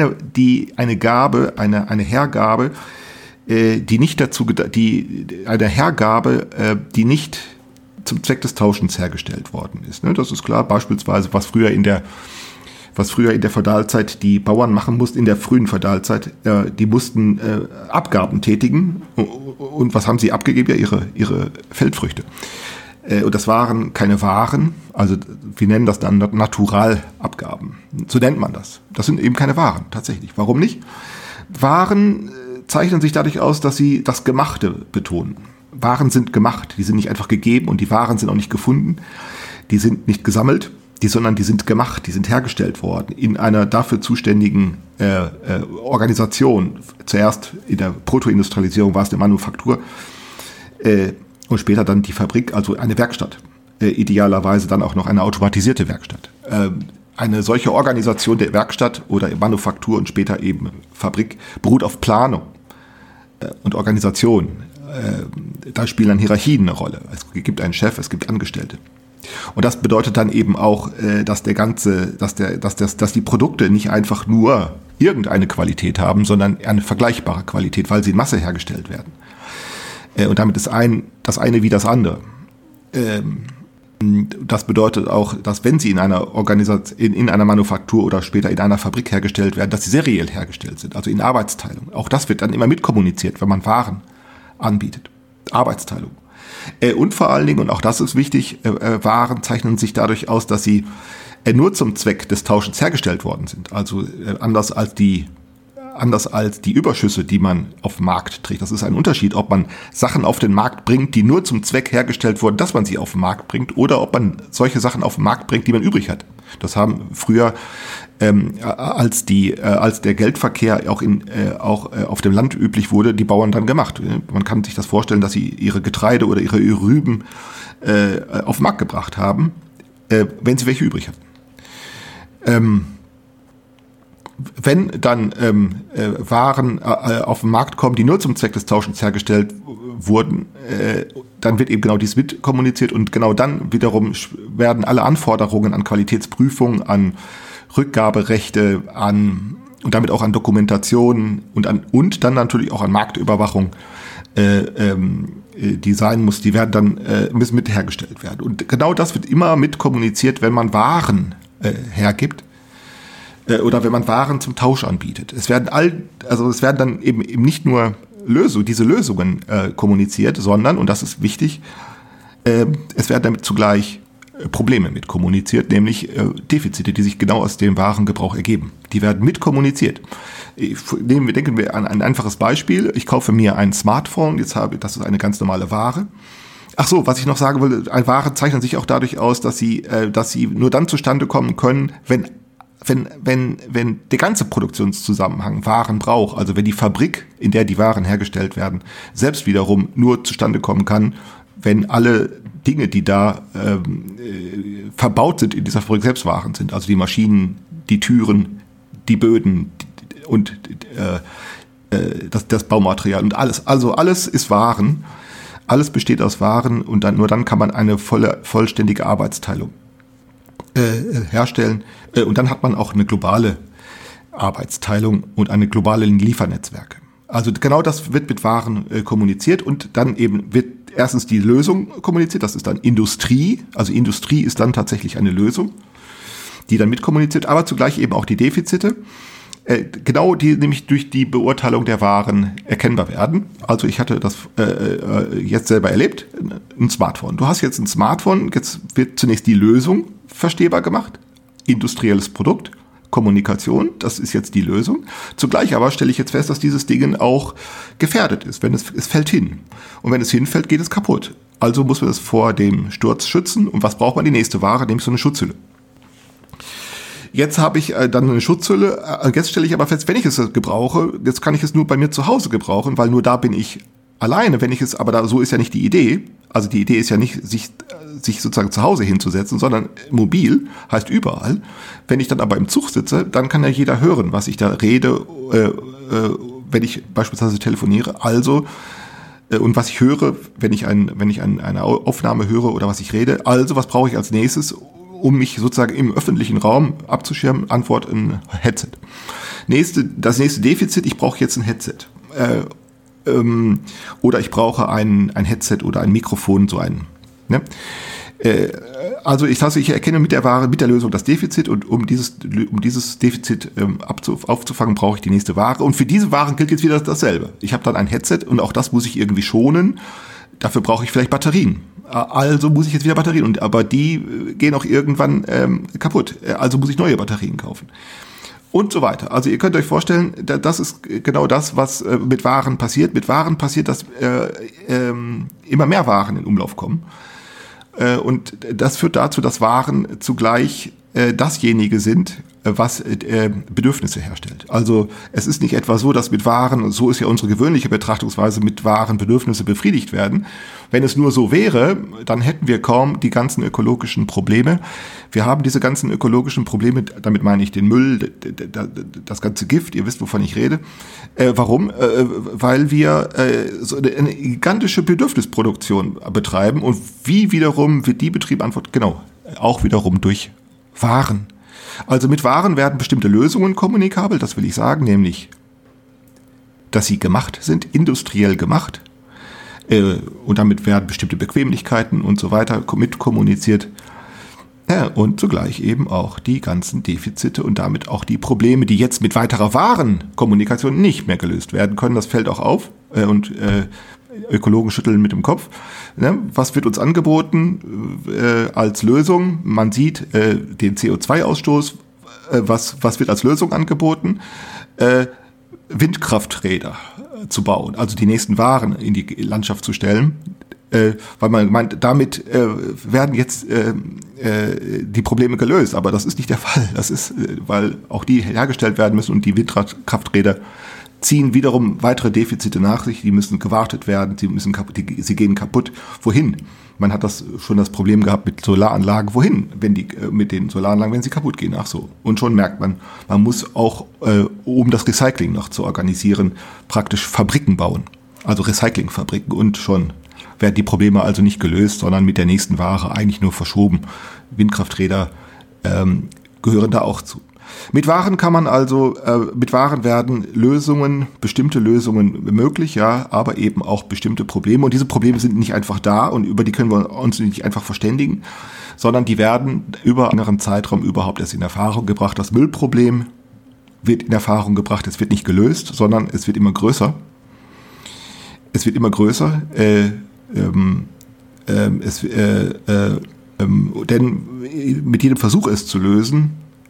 eine Hergabe, die nicht dazu, eine Hergabe, die nicht zum Zweck des Tauschens hergestellt worden ist. Das ist klar. Beispielsweise, was früher in der Feudalzeit die Bauern machen mussten, in der frühen Feudalzeit, die mussten Abgaben tätigen. Und was haben sie abgegeben? Ja, ihre Feldfrüchte. Und das waren keine Waren, also wir nennen das dann Naturalabgaben. So nennt man das. Das sind eben keine Waren, tatsächlich. Warum nicht? Waren zeichnen sich dadurch aus, dass sie das Gemachte betonen. Waren sind gemacht, die sind nicht einfach gegeben, und die Waren sind auch nicht gefunden. Die sind nicht gesammelt, sondern die sind gemacht, die sind hergestellt worden in einer dafür zuständigen Organisation. Zuerst in der Protoindustrialisierung war es eine Manufaktur, und später dann die Fabrik, also eine Werkstatt. Idealerweise dann auch noch eine automatisierte Werkstatt. Eine solche Organisation der Werkstatt oder Manufaktur und später eben Fabrik beruht auf Planung und Organisation. Da spielen dann Hierarchien eine Rolle. Es gibt einen Chef, es gibt Angestellte. Und das bedeutet dann eben auch, dass die Produkte nicht einfach nur irgendeine Qualität haben, sondern eine vergleichbare Qualität, weil sie in Masse hergestellt werden. Und damit ist das eine wie das andere. Das bedeutet auch, dass wenn sie in einer Organisation, in einer Manufaktur oder später in einer Fabrik hergestellt werden, dass sie seriell hergestellt sind, also in Arbeitsteilung. Auch das wird dann immer mitkommuniziert, wenn man Waren anbietet. Arbeitsteilung. Und vor allen Dingen, und auch das ist wichtig, Waren zeichnen sich dadurch aus, dass sie nur zum Zweck des Tauschens hergestellt worden sind. Also anders als die Überschüsse, die man auf den Markt trägt. Das ist ein Unterschied, ob man Sachen auf den Markt bringt, die nur zum Zweck hergestellt wurden, dass man sie auf den Markt bringt, oder ob man solche Sachen auf den Markt bringt, die man übrig hat. Das haben früher, als der Geldverkehr auch auf dem Land üblich wurde, die Bauern dann gemacht. Man kann sich das vorstellen, dass sie ihre Getreide oder ihre Rüben auf den Markt gebracht haben, wenn sie welche übrig hatten. Wenn dann Waren auf den Markt kommen, die nur zum Zweck des Tauschens hergestellt wurden, dann wird eben genau dies mitkommuniziert, und genau dann wiederum werden alle Anforderungen an Qualitätsprüfung, an Rückgaberechte, und damit auch an Dokumentation und dann natürlich auch an Marktüberwachung, die sein muss, die werden dann müssen mit hergestellt werden. Und genau das wird immer mitkommuniziert, wenn man Waren hergibt. Oder wenn man Waren zum Tausch anbietet. Es werden dann eben nicht nur diese Lösungen kommuniziert, sondern, und das ist wichtig, es werden damit zugleich Probleme mit kommuniziert, nämlich Defizite, die sich genau aus dem Warengebrauch ergeben. Die werden mit kommuniziert. Denken wir an ein einfaches Beispiel. Ich kaufe mir ein Smartphone, das ist eine ganz normale Ware. Ach so, was ich noch sagen will, Waren zeichnen sich auch dadurch aus, dass sie nur dann zustande kommen können, wenn der ganze Produktionszusammenhang Waren braucht, also wenn die Fabrik, in der die Waren hergestellt werden, selbst wiederum nur zustande kommen kann, wenn alle Dinge, die da verbaut sind in dieser Fabrik, selbst Waren sind. Also die Maschinen, die Türen, die Böden und das Baumaterial und alles. Also alles ist Waren, alles besteht aus Waren, und nur dann kann man eine vollständige Arbeitsteilung herstellen, und dann hat man auch eine globale Arbeitsteilung und eine globale Liefernetzwerke. Also genau das wird mit Waren kommuniziert, und dann eben wird erstens die Lösung kommuniziert, das ist dann Industrie, also Industrie ist dann tatsächlich eine Lösung, die dann mitkommuniziert, aber zugleich eben auch die Defizite, genau die nämlich durch die Beurteilung der Waren erkennbar werden. Also ich hatte das jetzt selber erlebt, ein Smartphone. Du hast jetzt ein Smartphone, jetzt wird zunächst die Lösung verstehbar gemacht, industrielles Produkt, Kommunikation, das ist jetzt die Lösung. Zugleich aber stelle ich jetzt fest, dass dieses Ding auch gefährdet ist, wenn es fällt hin. Und wenn es hinfällt, geht es kaputt. Also muss man es vor dem Sturz schützen. Und was braucht man? Die nächste Ware, nämlich so eine Schutzhülle. Jetzt habe ich dann eine Schutzhülle. Jetzt stelle ich aber fest, wenn ich es gebrauche, jetzt kann ich es nur bei mir zu Hause gebrauchen, weil nur da bin ich alleine. Wenn ich es, aber da, so ist ja nicht die Idee. Also die Idee ist ja nicht, sich sozusagen zu Hause hinzusetzen, sondern mobil, heißt überall. Wenn ich dann aber im Zug sitze, dann kann ja jeder hören, was ich da rede, wenn ich beispielsweise telefoniere. Also, und was ich höre, wenn ich eine Aufnahme höre oder was ich rede. Also, was brauche ich als nächstes, um mich sozusagen im öffentlichen Raum abzuschirmen? Antwort: ein Headset. Das nächste Defizit: ich brauche jetzt ein Headset. Oder ich brauche ein Headset oder ein Mikrofon, so ein. Ne? Also ich erkenne mit der Lösung das Defizit, und um dieses Defizit aufzufangen, brauche ich die nächste Ware. Und für diese Waren gilt jetzt wieder dasselbe. Ich habe dann ein Headset und auch das muss ich irgendwie schonen. Dafür brauche ich vielleicht Batterien. Also muss ich jetzt wieder Batterien, aber die gehen auch irgendwann kaputt. Also muss ich neue Batterien kaufen. Und so weiter. Also ihr könnt euch vorstellen, das ist genau das, was mit Waren passiert. Mit Waren passiert, dass immer mehr Waren in Umlauf kommen. Und das führt dazu, dass Waren zugleich dasjenige sind, was Bedürfnisse herstellt. Also es ist nicht etwa so, dass mit Waren, so ist ja unsere gewöhnliche Betrachtungsweise, mit Waren Bedürfnisse befriedigt werden. Wenn es nur so wäre, dann hätten wir kaum die ganzen ökologischen Probleme. Wir haben diese ganzen ökologischen Probleme, damit meine ich den Müll, das ganze Gift, ihr wisst, wovon ich rede. Warum? Weil wir so eine gigantische Bedürfnisproduktion betreiben. Und wie wiederum wird die betrieben? Antwort: genau, auch wiederum durch Waren. Also mit Waren werden bestimmte Lösungen kommunikabel, das will ich sagen, nämlich, dass sie gemacht sind, industriell gemacht, und damit werden bestimmte Bequemlichkeiten und so weiter mitkommuniziert, und zugleich eben auch die ganzen Defizite und damit auch die Probleme, die jetzt mit weiterer Warenkommunikation nicht mehr gelöst werden können. Das fällt auch auf, und Ökologen schütteln mit dem Kopf. Was wird uns angeboten als Lösung? Man sieht den CO2-Ausstoß. Was wird als Lösung angeboten? Windkrafträder zu bauen, also die nächsten Waren in die Landschaft zu stellen. Weil man meint, damit werden jetzt die Probleme gelöst. Aber das ist nicht der Fall. Das ist, weil auch die hergestellt werden müssen, und die Windkrafträder ziehen wiederum weitere Defizite nach sich, die müssen gewartet werden, sie gehen kaputt. Wohin? Man hat schon das Problem gehabt mit Solaranlagen. Wohin? Mit den Solaranlagen, wenn sie kaputt gehen. Ach so. Und schon merkt man muss auch, um das Recycling noch zu organisieren, praktisch Fabriken bauen. Also Recyclingfabriken, und schon werden die Probleme also nicht gelöst, sondern mit der nächsten Ware eigentlich nur verschoben. Windkrafträder gehören da auch zu. Mit Waren werden bestimmte Lösungen möglich, ja, aber eben auch bestimmte Probleme. Und diese Probleme sind nicht einfach da, und über die können wir uns nicht einfach verständigen, sondern die werden über einen längeren Zeitraum überhaupt erst in Erfahrung gebracht. Das Müllproblem wird in Erfahrung gebracht, es wird nicht gelöst, sondern es wird immer größer. Denn mit jedem Versuch, es zu lösen,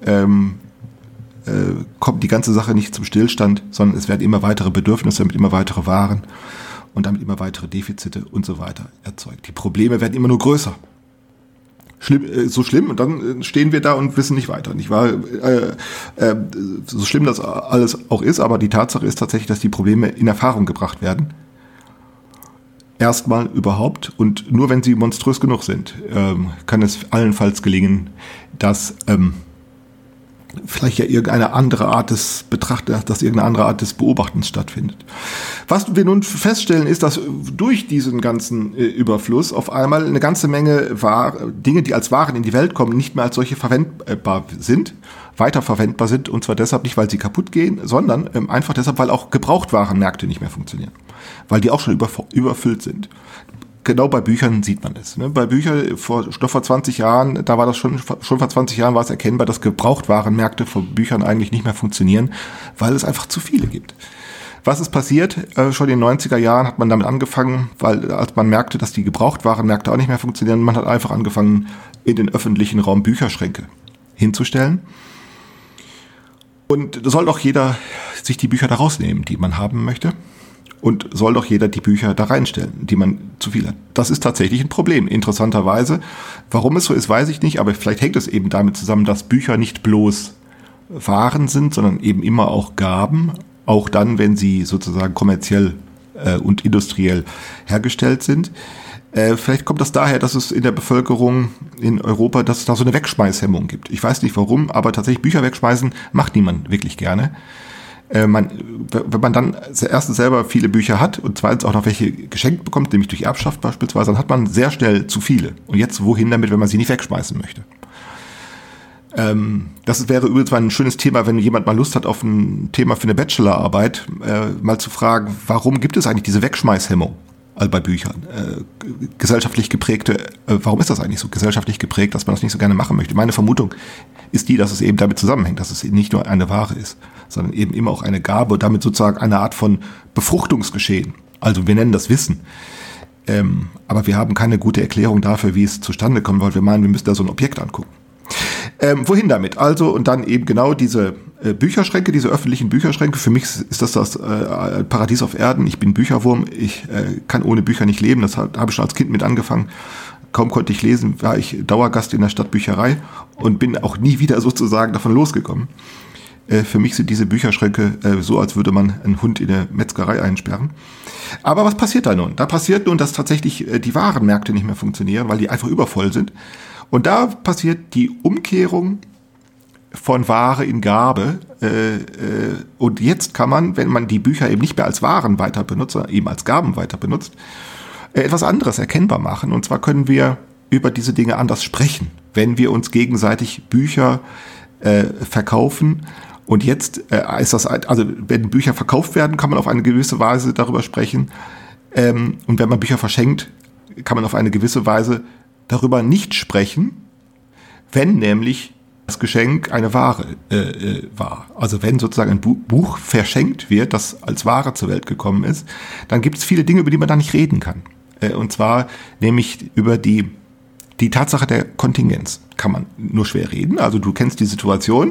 kommt die ganze Sache nicht zum Stillstand, sondern es werden immer weitere Bedürfnisse mit immer weitere Waren und damit immer weitere Defizite und so weiter erzeugt. Die Probleme werden immer nur größer. So schlimm, und dann stehen wir da und wissen nicht weiter. Nicht wahr? So schlimm das alles auch ist, aber die Tatsache ist tatsächlich, dass die Probleme in Erfahrung gebracht werden. Erstmal überhaupt, und nur wenn sie monströs genug sind, kann es allenfalls gelingen, dass vielleicht ja irgendeine andere Art des Beobachtens stattfindet. Was wir nun feststellen, ist, dass durch diesen ganzen Überfluss auf einmal eine ganze Menge Dinge, die als Waren in die Welt kommen, nicht mehr als solche weiterverwendbar sind, und zwar deshalb nicht, weil sie kaputt gehen, sondern einfach deshalb, weil auch Gebrauchtwarenmärkte nicht mehr funktionieren, weil die auch schon überfüllt sind. genau bei Büchern sieht man es. Ne? Bei Büchern vor 20 Jahren, da war das schon vor 20 Jahren war es erkennbar, dass Gebrauchtwarenmärkte von Büchern eigentlich nicht mehr funktionieren, weil es einfach zu viele gibt. Was ist passiert? Schon in den 90er Jahren hat man damit angefangen, weil als man merkte, dass die Gebrauchtwarenmärkte auch nicht mehr funktionieren, man hat einfach angefangen, in den öffentlichen Raum Bücherschränke hinzustellen. Und soll doch jeder sich die Bücher da rausnehmen, die man haben möchte. Und soll doch jeder die Bücher da reinstellen, die man zu viel hat. Das ist tatsächlich ein Problem, interessanterweise. Warum es so ist, weiß ich nicht, aber vielleicht hängt es eben damit zusammen, dass Bücher nicht bloß Waren sind, sondern eben immer auch Gaben, auch dann, wenn sie sozusagen kommerziell und industriell hergestellt sind. Vielleicht kommt das daher, dass es in der Bevölkerung in Europa, dass es da so eine Wegschmeißhemmung gibt. Ich weiß nicht warum, aber tatsächlich Bücher wegschmeißen macht niemand wirklich gerne. Wenn man dann erstens selber viele Bücher hat und zweitens auch noch welche geschenkt bekommt, nämlich durch Erbschaft beispielsweise, dann hat man sehr schnell zu viele. Und jetzt wohin damit, wenn man sie nicht wegschmeißen möchte? Das wäre übrigens mal ein schönes Thema, wenn jemand mal Lust hat auf ein Thema für eine Bachelorarbeit, mal zu fragen, warum gibt es eigentlich diese Wegschmeißhemmung bei Büchern? Gesellschaftlich geprägte, warum ist das eigentlich so gesellschaftlich geprägt, dass man das nicht so gerne machen möchte? Meine Vermutung ist die, dass es eben damit zusammenhängt, dass es eben nicht nur eine Ware ist, sondern eben immer auch eine Gabe und damit sozusagen eine Art von Befruchtungsgeschehen. Also wir nennen das Wissen. Aber wir haben keine gute Erklärung dafür, wie es zustande kommt, weil wir meinen, wir müssen da so ein Objekt angucken. Wohin damit? Also, und dann eben genau diese Bücherschränke, diese öffentlichen Bücherschränke. Für mich ist das Paradies auf Erden. Ich bin Bücherwurm. Ich kann ohne Bücher nicht leben. Das habe ich schon als Kind mit angefangen. Kaum konnte ich lesen, war ich Dauergast in der Stadtbücherei und bin auch nie wieder sozusagen davon losgekommen. Für mich sind diese Bücherschränke so, als würde man einen Hund in der Metzgerei einsperren. Aber was passiert da nun? Da passiert nun, dass tatsächlich die Warenmärkte nicht mehr funktionieren, weil die einfach übervoll sind. Und da passiert die Umkehrung von Ware in Gabe. Und jetzt kann man, wenn man die Bücher eben nicht mehr als Waren weiter benutzt, sondern eben als Gaben weiter benutzt, etwas anderes erkennbar machen. Und zwar können wir über diese Dinge anders sprechen, wenn wir uns gegenseitig Bücher verkaufen. Und jetzt ist das, also wenn Bücher verkauft werden, kann man auf eine gewisse Weise darüber sprechen. Und wenn man Bücher verschenkt, kann man auf eine gewisse Weise darüber nicht sprechen, wenn nämlich das Geschenk eine Ware war. Also wenn sozusagen ein Buch verschenkt wird, das als Ware zur Welt gekommen ist, dann gibt es viele Dinge, über die man da nicht reden kann. Und zwar nämlich über die Tatsache der Kontingenz kann man nur schwer reden. Also du kennst die Situation,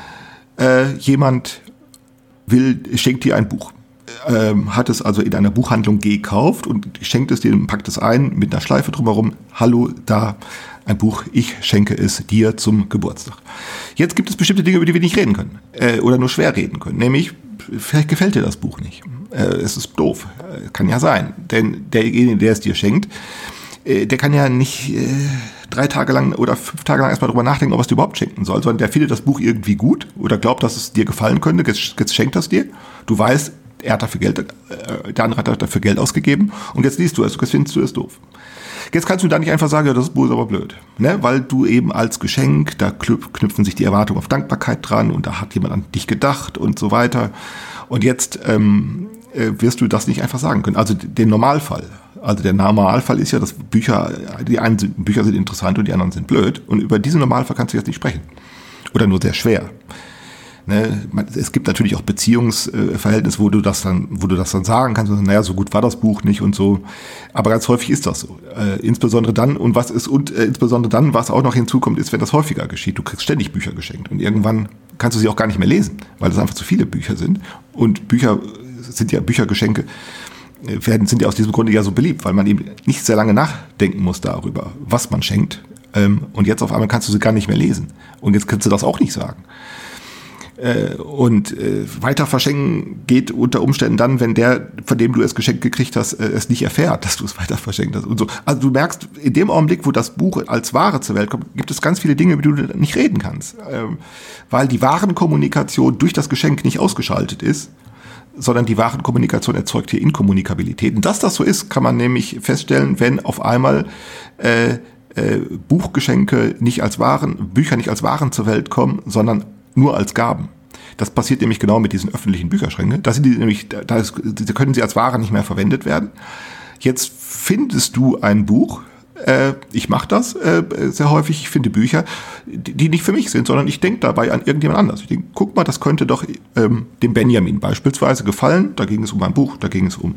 jemand schenkt dir ein Buch. Hat es also in einer Buchhandlung gekauft und schenkt es dir und packt es ein mit einer Schleife drumherum. Hallo, da ein Buch, ich schenke es dir zum Geburtstag. Jetzt gibt es bestimmte Dinge, über die wir nicht reden können oder nur schwer reden können. Nämlich, vielleicht gefällt dir das Buch nicht. Es ist doof, kann ja sein. Denn derjenige, der es dir schenkt, der kann ja nicht 3 Tage lang oder 5 Tage lang erstmal drüber nachdenken, ob er es dir überhaupt schenken soll, sondern der findet das Buch irgendwie gut oder glaubt, dass es dir gefallen könnte, jetzt schenkt das dir. Du weißt, der andere hat dafür Geld ausgegeben und jetzt liest du es, jetzt findest du es doof. Jetzt kannst du da nicht einfach sagen, ja, das Buch ist aber blöd, ne? Weil du eben als Geschenk, da knüpfen sich die Erwartungen auf Dankbarkeit dran und da hat jemand an dich gedacht und so weiter. Und jetzt wirst du das nicht einfach sagen können. Also den Normalfall. Also der Normalfall ist ja, dass Bücher sind interessant und die anderen sind blöd. Und über diesen Normalfall kannst du jetzt nicht sprechen. Oder nur sehr schwer. Ne? Es gibt natürlich auch Beziehungsverhältnisse, wo du das dann sagen kannst, naja, so gut war das Buch nicht und so. Aber ganz häufig ist das so. Insbesondere dann, insbesondere dann, was auch noch hinzukommt, ist, wenn das häufiger geschieht. Du kriegst ständig Bücher geschenkt und irgendwann kannst du sie auch gar nicht mehr lesen, weil es einfach zu viele Bücher sind. Und Büchergeschenke sind ja aus diesem Grunde ja so beliebt, weil man eben nicht sehr lange nachdenken muss darüber, was man schenkt. Und jetzt auf einmal kannst du sie gar nicht mehr lesen. Und jetzt kannst du das auch nicht sagen. Weiter verschenken geht unter Umständen dann, wenn der, von dem du es geschenkt gekriegt hast, es nicht erfährt, dass du es weiter verschenkt hast und so. Also du merkst, in dem Augenblick, wo das Buch als Ware zur Welt kommt, gibt es ganz viele Dinge, über die du nicht reden kannst. Weil die Warenkommunikation durch das Geschenk nicht ausgeschaltet ist, sondern die Warenkommunikation erzeugt hier Inkommunikabilität. Und dass das so ist, kann man nämlich feststellen, wenn auf einmal Bücher nicht als Waren zur Welt kommen, sondern nur als Gaben. Das passiert nämlich genau mit diesen öffentlichen Bücherschränken. Da können sie als Ware nicht mehr verwendet werden. Jetzt findest du ein Buch, ich mache das sehr häufig, ich finde Bücher, die nicht für mich sind, sondern ich denke dabei an irgendjemand anders. Ich denke, guck mal, das könnte doch dem Benjamin beispielsweise gefallen. Da ging es um ein Buch, da ging es um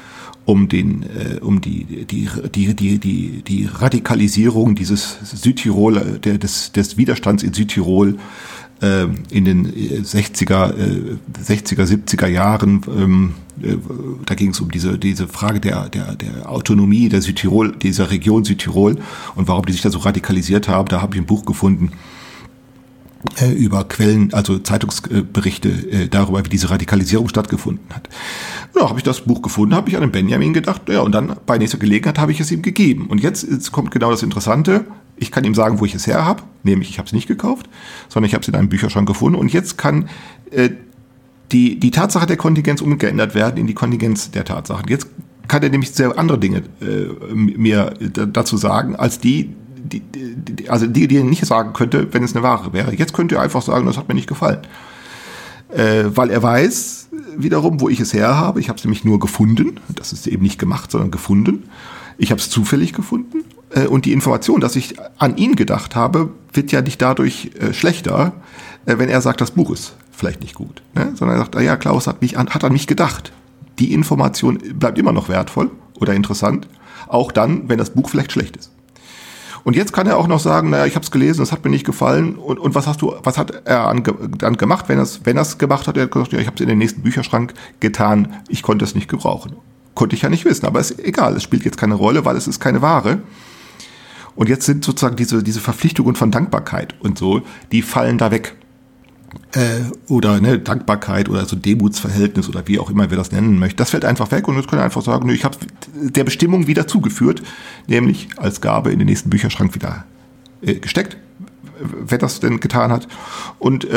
die Radikalisierung dieses Südtirol, des Widerstands in Südtirol in den 60er, 70er Jahren. Da ging es um diese Frage der Autonomie der dieser Region Südtirol und warum die sich da so radikalisiert haben. Da habe ich ein Buch gefunden über Quellen, also Zeitungsberichte darüber, wie diese Radikalisierung stattgefunden hat. Ja, habe ich das Buch gefunden, habe ich an den Benjamin gedacht, ja, und dann bei nächster Gelegenheit habe ich es ihm gegeben. Und jetzt kommt genau das Interessante. Ich kann ihm sagen, wo ich es her habe, nämlich ich habe es nicht gekauft, sondern ich habe es in einem Bücherschrank gefunden. Und jetzt kann die Tatsache der Kontingenz umgeändert werden in die Kontingenz der Tatsachen. Jetzt kann er nämlich sehr andere Dinge mir dazu sagen, als die er nicht sagen könnte, wenn es eine Ware wäre. Jetzt könnte er einfach sagen, das hat mir nicht gefallen. Weil er weiß wiederum, wo ich es her habe. Ich habe es nämlich nur gefunden. Das ist eben nicht gemacht, sondern gefunden. Ich habe es zufällig gefunden. Und die Information, dass ich an ihn gedacht habe, wird ja nicht dadurch schlechter, wenn er sagt, das Buch ist vielleicht nicht gut. Ne? Sondern er sagt, ja, Klaus hat an mich gedacht. Die Information bleibt immer noch wertvoll oder interessant, auch dann, wenn das Buch vielleicht schlecht ist. Und jetzt kann er auch noch sagen, naja, ich habe es gelesen, es hat mir nicht gefallen. Und was hat er dann gemacht, wenn er es gemacht hat? Er hat gesagt, ja, ich habe es in den nächsten Bücherschrank getan, ich konnte es nicht gebrauchen. Konnte ich ja nicht wissen, aber ist egal, es spielt jetzt keine Rolle, weil es ist keine Ware. Und jetzt sind sozusagen diese Verpflichtungen von Dankbarkeit und so, die fallen da weg. Oder Dankbarkeit oder so Demutsverhältnis oder wie auch immer wir das nennen möchten. Das fällt einfach weg und jetzt können wir einfach sagen, ich habe der Bestimmung wieder zugeführt, nämlich als Gabe in den nächsten Bücherschrank wieder gesteckt, wer das denn getan hat. Und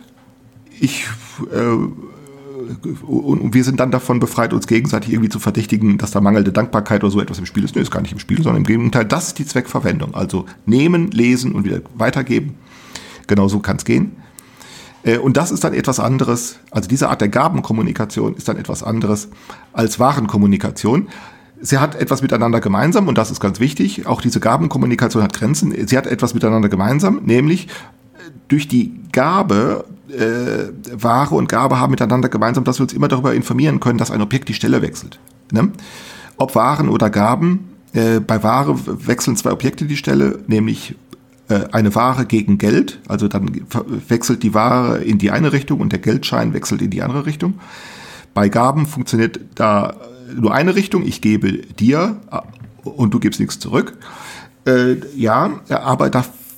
und wir sind dann davon befreit, uns gegenseitig irgendwie zu verdächtigen, dass da mangelnde Dankbarkeit oder so etwas im Spiel ist. Nö, ist gar nicht im Spiel, sondern im Gegenteil, das ist die Zweckverwendung. Also nehmen, lesen und wieder weitergeben. Genau so kann es gehen. Und das ist dann etwas anderes, also diese Art der Gabenkommunikation ist dann etwas anderes als Warenkommunikation. Sie hat etwas miteinander gemeinsam und das ist ganz wichtig. Auch diese Gabenkommunikation hat Grenzen. Sie hat etwas miteinander gemeinsam, nämlich durch die Gabe, Ware und Gabe haben miteinander gemeinsam, dass wir uns immer darüber informieren können, dass ein Objekt die Stelle wechselt. Ne? Ob Waren oder Gaben, bei Ware wechseln zwei Objekte die Stelle, nämlich eine Ware gegen Geld, also dann wechselt die Ware in die eine Richtung und der Geldschein wechselt in die andere Richtung. Bei Gaben funktioniert da nur eine Richtung, ich gebe dir und du gibst nichts zurück. Aber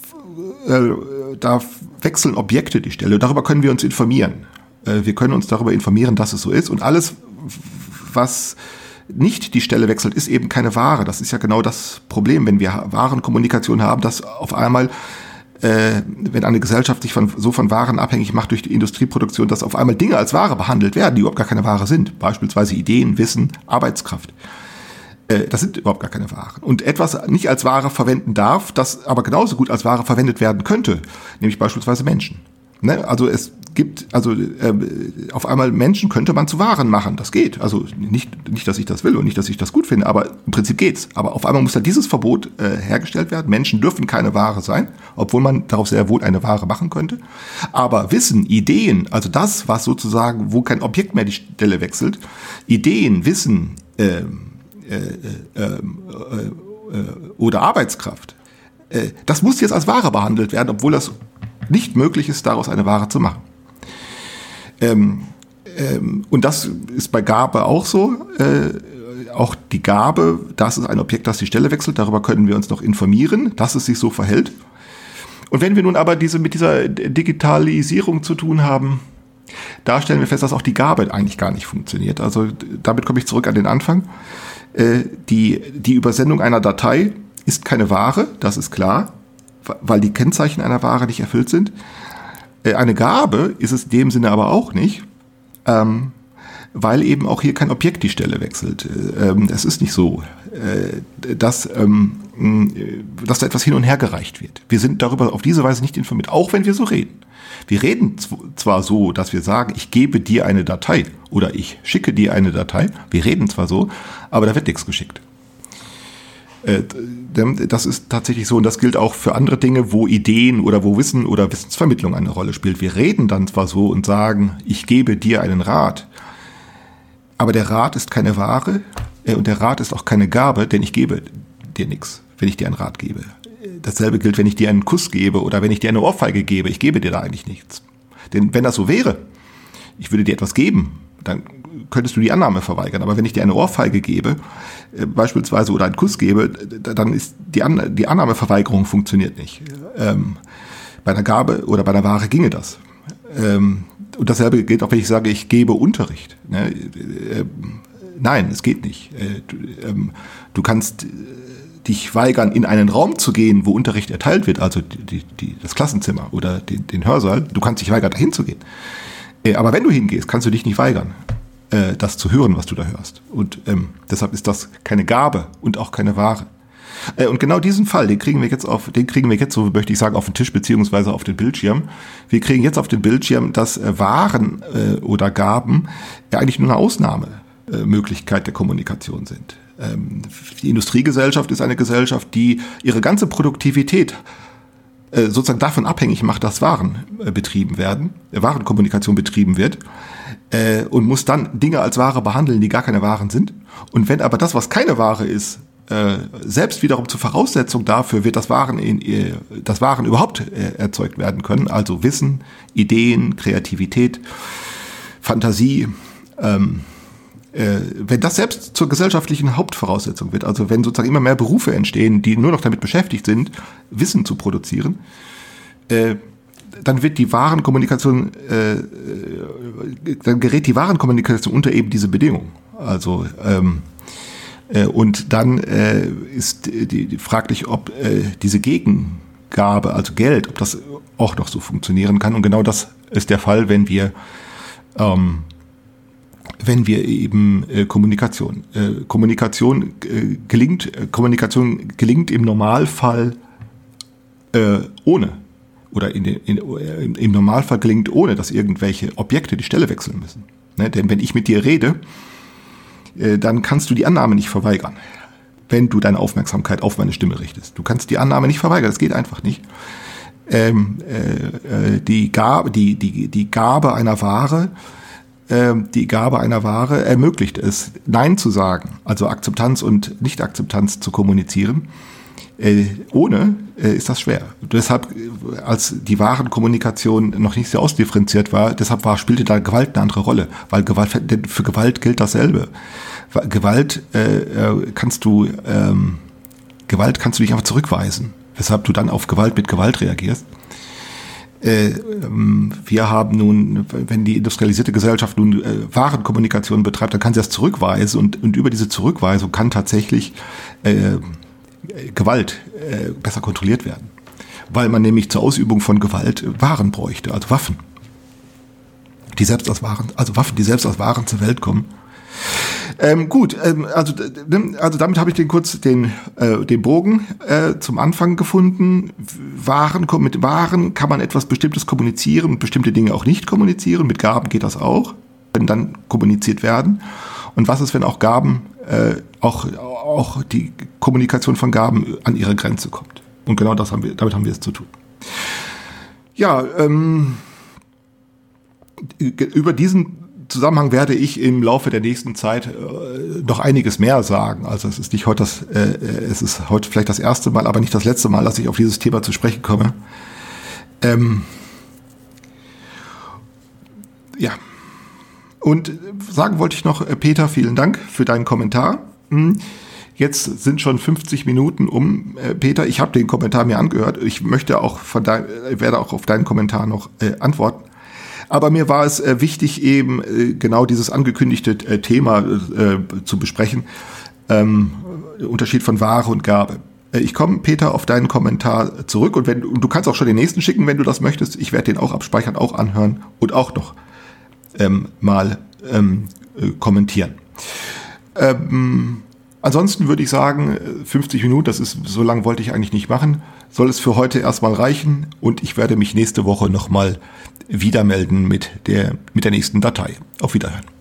da wechseln Objekte die Stelle. Darüber können wir uns informieren. Wir können uns darüber informieren, dass es so ist. Und alles, was nicht die Stelle wechselt, ist eben keine Ware. Das ist ja genau das Problem, wenn wir Warenkommunikation haben, dass auf einmal, wenn eine Gesellschaft sich von Waren abhängig macht durch die Industrieproduktion, dass auf einmal Dinge als Ware behandelt werden, die überhaupt gar keine Ware sind. Beispielsweise Ideen, Wissen, Arbeitskraft. Das sind überhaupt gar keine Waren. Und etwas nicht als Ware verwenden darf, das aber genauso gut als Ware verwendet werden könnte, nämlich beispielsweise Menschen. Ne? Also es gibt, auf einmal Menschen könnte man zu Waren machen, das geht. Also nicht, dass ich das will und nicht, dass ich das gut finde, aber im Prinzip geht's. Aber auf einmal muss da dieses Verbot hergestellt werden. Menschen dürfen keine Ware sein, obwohl man darauf sehr wohl eine Ware machen könnte. Aber Wissen, Ideen, also das, was sozusagen, wo kein Objekt mehr die Stelle wechselt, Ideen, Wissen, oder Arbeitskraft, das muss jetzt als Ware behandelt werden, obwohl das nicht möglich ist, daraus eine Ware zu machen. Und das ist bei Gabe auch so. Auch die Gabe, das ist ein Objekt, das die Stelle wechselt, darüber können wir uns noch informieren, dass es sich so verhält. Und wenn wir nun aber mit dieser Digitalisierung zu tun haben, da stellen wir fest, dass auch die Gabe eigentlich gar nicht funktioniert. Also damit komme ich zurück an den Anfang. Die Übersendung einer Datei ist keine Ware, das ist klar, weil die Kennzeichen einer Ware nicht erfüllt sind. Eine Gabe ist es in dem Sinne aber auch nicht. weil eben auch hier kein Objekt die Stelle wechselt. Es ist nicht so, dass da etwas hin und her gereicht wird. Wir sind darüber auf diese Weise nicht informiert, auch wenn wir so reden. Wir reden zwar so, dass wir sagen, ich gebe dir eine Datei oder ich schicke dir eine Datei. Wir reden zwar so, aber da wird nichts geschickt. Das ist tatsächlich so und das gilt auch für andere Dinge, wo Ideen oder wo Wissen oder Wissensvermittlung eine Rolle spielt. Wir reden dann zwar so und sagen, ich gebe dir einen Rat, aber der Rat ist keine Ware und der Rat ist auch keine Gabe, denn ich gebe dir nichts, wenn ich dir einen Rat gebe. Dasselbe gilt, wenn ich dir einen Kuss gebe oder wenn ich dir eine Ohrfeige gebe. Ich gebe dir da eigentlich nichts. Denn wenn das so wäre, ich würde dir etwas geben, dann könntest du die Annahme verweigern. Aber wenn ich dir eine Ohrfeige gebe, beispielsweise, oder einen Kuss gebe, dann ist die Annahmeverweigerung funktioniert nicht. Bei einer Gabe oder bei einer Ware ginge das. Und dasselbe gilt auch, wenn ich sage, ich gebe Unterricht. Nein, es geht nicht. Du kannst dich weigern, in einen Raum zu gehen, wo Unterricht erteilt wird, also das Klassenzimmer oder den Hörsaal. Du kannst dich weigern, dahin zu gehen. Aber wenn du hingehst, kannst du dich nicht weigern, das zu hören, was du da hörst. Und deshalb ist das keine Gabe und auch keine Ware. Und genau diesen Fall, den kriegen wir jetzt, so möchte ich sagen, auf den Tisch beziehungsweise auf den Bildschirm. Wir kriegen jetzt auf den Bildschirm, dass Waren oder Gaben eigentlich nur eine Ausnahmemöglichkeit der Kommunikation sind. Die Industriegesellschaft ist eine Gesellschaft, die ihre ganze Produktivität sozusagen davon abhängig macht, dass Warenkommunikation betrieben wird und muss dann Dinge als Ware behandeln, die gar keine Waren sind. Und wenn aber das, was keine Ware ist, selbst wiederum zur Voraussetzung dafür wird, dass Waren überhaupt erzeugt werden können, also Wissen, Ideen, Kreativität, Fantasie, wenn das selbst zur gesellschaftlichen Hauptvoraussetzung wird, also wenn sozusagen immer mehr Berufe entstehen, die nur noch damit beschäftigt sind, Wissen zu produzieren, dann wird die Warenkommunikation, dann gerät die Warenkommunikation unter eben diese Bedingung. Also und dann ist die fraglich, ob diese Gegengabe, also Geld, ob das auch noch so funktionieren kann. Und genau das ist der Fall, wenn wir eben Kommunikation gelingt im Normalfall ohne oder im Normalfall gelingt ohne, dass irgendwelche Objekte die Stelle wechseln müssen. Ne? Denn wenn ich mit dir rede, dann kannst du die Annahme nicht verweigern, wenn du deine Aufmerksamkeit auf meine Stimme richtest. Du kannst die Annahme nicht verweigern, das geht einfach nicht. Die Gabe einer Ware ermöglicht es, Nein zu sagen, also Akzeptanz und Nicht-Akzeptanz zu kommunizieren. Ohne ist das schwer. Deshalb, als die Warenkommunikation noch nicht sehr ausdifferenziert war, spielte da Gewalt eine andere Rolle, weil für Gewalt gilt dasselbe. Gewalt kannst du nicht einfach zurückweisen, weshalb du dann auf Gewalt mit Gewalt reagierst. Wir haben nun, wenn die industrialisierte Gesellschaft nun Warenkommunikation betreibt, dann kann sie das zurückweisen und über diese Zurückweisung kann tatsächlich Gewalt besser kontrolliert werden. Weil man nämlich zur Ausübung von Gewalt Waren bräuchte, also Waffen. Waffen, die selbst als Waren zur Welt kommen. Also damit habe ich den Bogen zum Anfang gefunden. Mit Waren kann man etwas Bestimmtes kommunizieren und bestimmte Dinge auch nicht kommunizieren. Mit Gaben geht das auch, wenn dann kommuniziert werden. Und was ist, wenn auch Gaben, auch die Kommunikation von Gaben an ihre Grenze kommt? Und genau damit haben wir es zu tun. Ja, über diesen Zusammenhang werde ich im Laufe der nächsten Zeit noch einiges mehr sagen. Also es ist es ist heute vielleicht das erste Mal, aber nicht das letzte Mal, dass ich auf dieses Thema zu sprechen komme. Ja. Und sagen wollte ich noch, Peter, vielen Dank für deinen Kommentar. Jetzt sind schon 50 Minuten um. Peter, ich habe den Kommentar mir angehört. Ich werde auch auf deinen Kommentar noch antworten. Aber mir war es wichtig, eben genau dieses angekündigte Thema zu besprechen. Unterschied von Ware und Gabe. Ich komme, Peter, auf deinen Kommentar zurück und du kannst auch schon den nächsten schicken, wenn du das möchtest. Ich werde den auch abspeichern, auch anhören und auch noch mal kommentieren. Ansonsten würde ich sagen, 50 Minuten, so lang wollte ich eigentlich nicht machen, soll es für heute erstmal reichen und ich werde mich nächste Woche nochmal wieder melden mit der nächsten Datei. Auf Wiederhören.